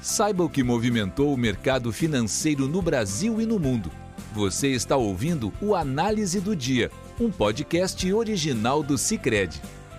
Saiba o que movimentou o mercado financeiro no Brasil e no mundo. Você está ouvindo o Análise do Dia, um podcast original do Sicredi.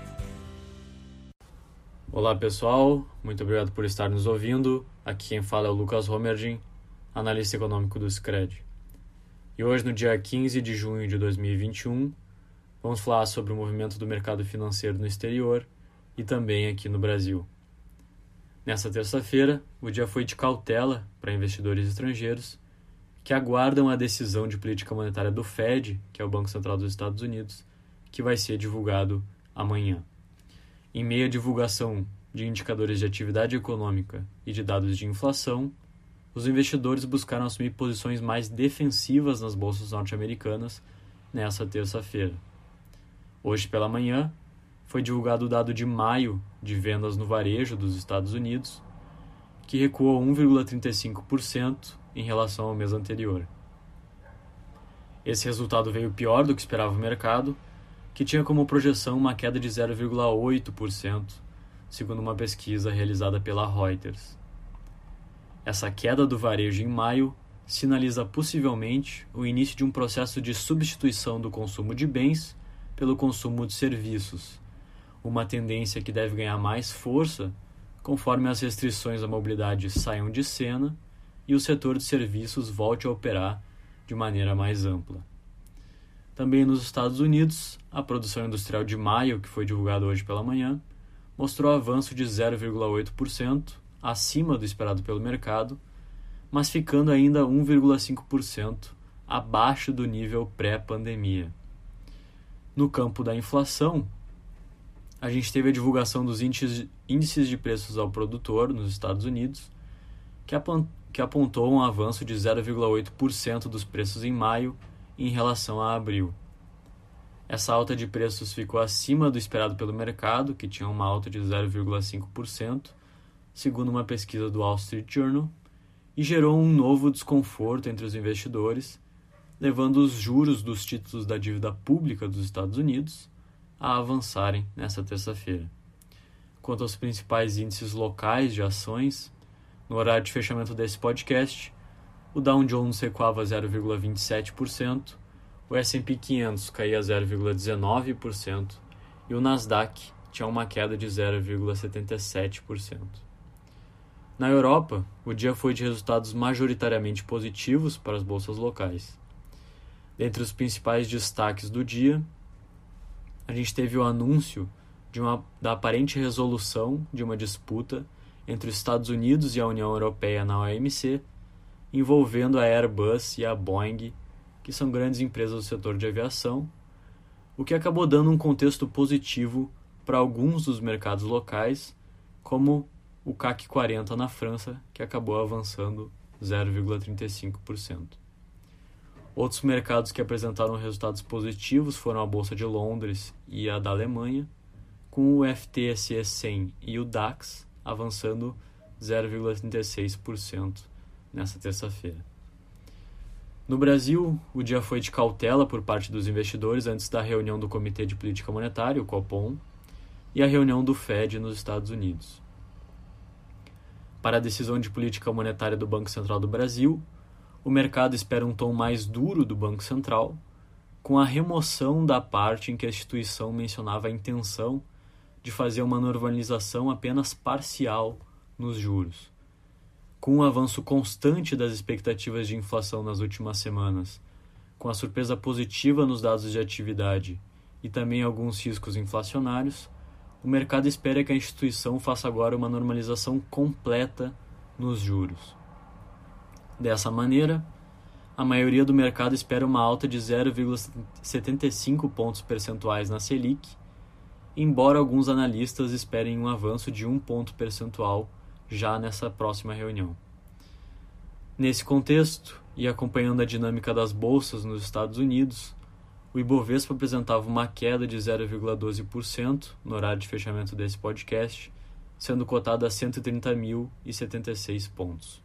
Olá pessoal, muito obrigado por estar nos ouvindo. Aqui quem fala é o Lucas Homergin, analista econômico do Sicredi. E hoje, no dia 15 de junho de 2021, vamos falar sobre o movimento do mercado financeiro no exterior e também aqui no Brasil. Nessa terça-feira, o dia foi de cautela para investidores estrangeiros que aguardam a decisão de política monetária do Fed, que é o Banco Central dos Estados Unidos, que vai ser divulgado amanhã. Em meio à divulgação de indicadores de atividade econômica e de dados de inflação, os investidores buscaram assumir posições mais defensivas nas bolsas norte-americanas nessa terça-feira. Hoje pela manhã, foi divulgado o dado de maio de vendas no varejo dos Estados Unidos, que recuou 1,35% em relação ao mês anterior. Esse resultado veio pior do que esperava o mercado, que tinha como projeção uma queda de 0,8%, segundo uma pesquisa realizada pela Reuters. Essa queda do varejo em maio sinaliza possivelmente o início de um processo de substituição do consumo de bens pelo consumo de serviços, uma tendência que deve ganhar mais força conforme as restrições à mobilidade saiam de cena e o setor de serviços volte a operar de maneira mais ampla. Também nos Estados Unidos, a produção industrial de maio, que foi divulgada hoje pela manhã, mostrou avanço de 0,8%, acima do esperado pelo mercado, mas ficando ainda 1,5% abaixo do nível pré-pandemia. No campo da inflação, a gente teve a divulgação dos índices de preços ao produtor nos Estados Unidos, que apontou um avanço de 0,8% dos preços em maio em relação a abril. Essa alta de preços ficou acima do esperado pelo mercado, que tinha uma alta de 0,5%, segundo uma pesquisa do Wall Street Journal, e gerou um novo desconforto entre os investidores, levando os juros dos títulos da dívida pública dos Estados Unidos a avançarem nesta terça-feira. Quanto aos principais índices locais de ações, no horário de fechamento desse podcast, o Dow Jones recuava 0,27%, o S&P 500 caía 0,19% e o Nasdaq tinha uma queda de 0,77%. Na Europa, o dia foi de resultados majoritariamente positivos para as bolsas locais. Dentre os principais destaques do dia, a gente teve o anúncio da aparente resolução de uma disputa entre os Estados Unidos e a União Europeia na OMC, envolvendo a Airbus e a Boeing, que são grandes empresas do setor de aviação, o que acabou dando um contexto positivo para alguns dos mercados locais, como o CAC 40 na França, que acabou avançando 0,35%. Outros mercados que apresentaram resultados positivos foram a Bolsa de Londres e a da Alemanha, com o FTSE 100 e o DAX avançando 0,36% nessa terça-feira. No Brasil, o dia foi de cautela por parte dos investidores antes da reunião do Comitê de Política Monetária, o Copom, e a reunião do Fed nos Estados Unidos. Para a decisão de política monetária do Banco Central do Brasil, o mercado espera um tom mais duro do Banco Central, com a remoção da parte em que a instituição mencionava a intenção de fazer uma normalização apenas parcial nos juros. Com o avanço constante das expectativas de inflação nas últimas semanas, com a surpresa positiva nos dados de atividade e também alguns riscos inflacionários, o mercado espera que a instituição faça agora uma normalização completa nos juros. Dessa maneira, a maioria do mercado espera uma alta de 0,75 pontos percentuais na Selic, embora alguns analistas esperem um avanço de 1 ponto percentual já nessa próxima reunião. Nesse contexto, e acompanhando a dinâmica das bolsas nos Estados Unidos, o Ibovespa apresentava uma queda de 0,12% no horário de fechamento desse podcast, sendo cotado a 130.076 pontos.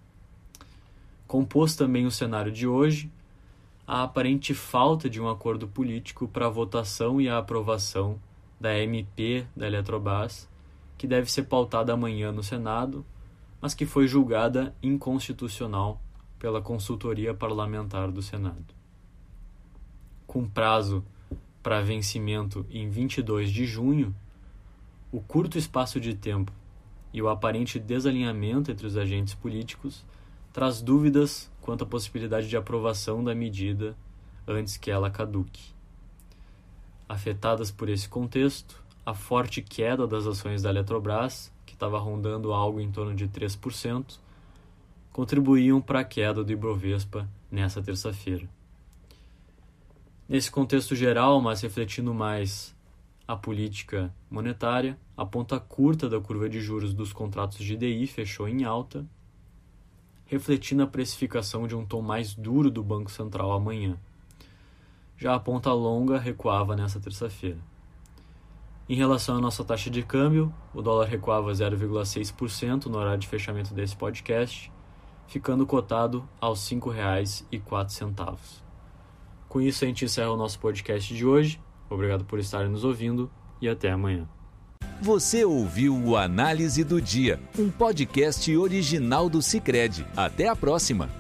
Compôs também o cenário de hoje a aparente falta de um acordo político para a votação e a aprovação da MP da Eletrobras, que deve ser pautada amanhã no Senado, mas que foi julgada inconstitucional pela Consultoria Parlamentar do Senado. Com prazo para vencimento em 22 de junho, o curto espaço de tempo e o aparente desalinhamento entre os agentes políticos traz dúvidas quanto à possibilidade de aprovação da medida antes que ela caduque. Afetadas por esse contexto, a forte queda das ações da Eletrobras, que estava rondando algo em torno de 3%, contribuíam para a queda do Ibovespa nessa terça-feira. Nesse contexto geral, mas refletindo mais a política monetária, a ponta curta da curva de juros dos contratos de DI fechou em alta, refletindo a precificação de um tom mais duro do Banco Central amanhã. Já a ponta longa recuava nessa terça-feira. Em relação à nossa taxa de câmbio, o dólar recuava 0,6% no horário de fechamento desse podcast, ficando cotado aos R$ 5,04. Com isso, a gente encerra o nosso podcast de hoje. Obrigado por estarem nos ouvindo e até amanhã. Você ouviu o Análise do Dia, um podcast original do Sicredi. Até a próxima!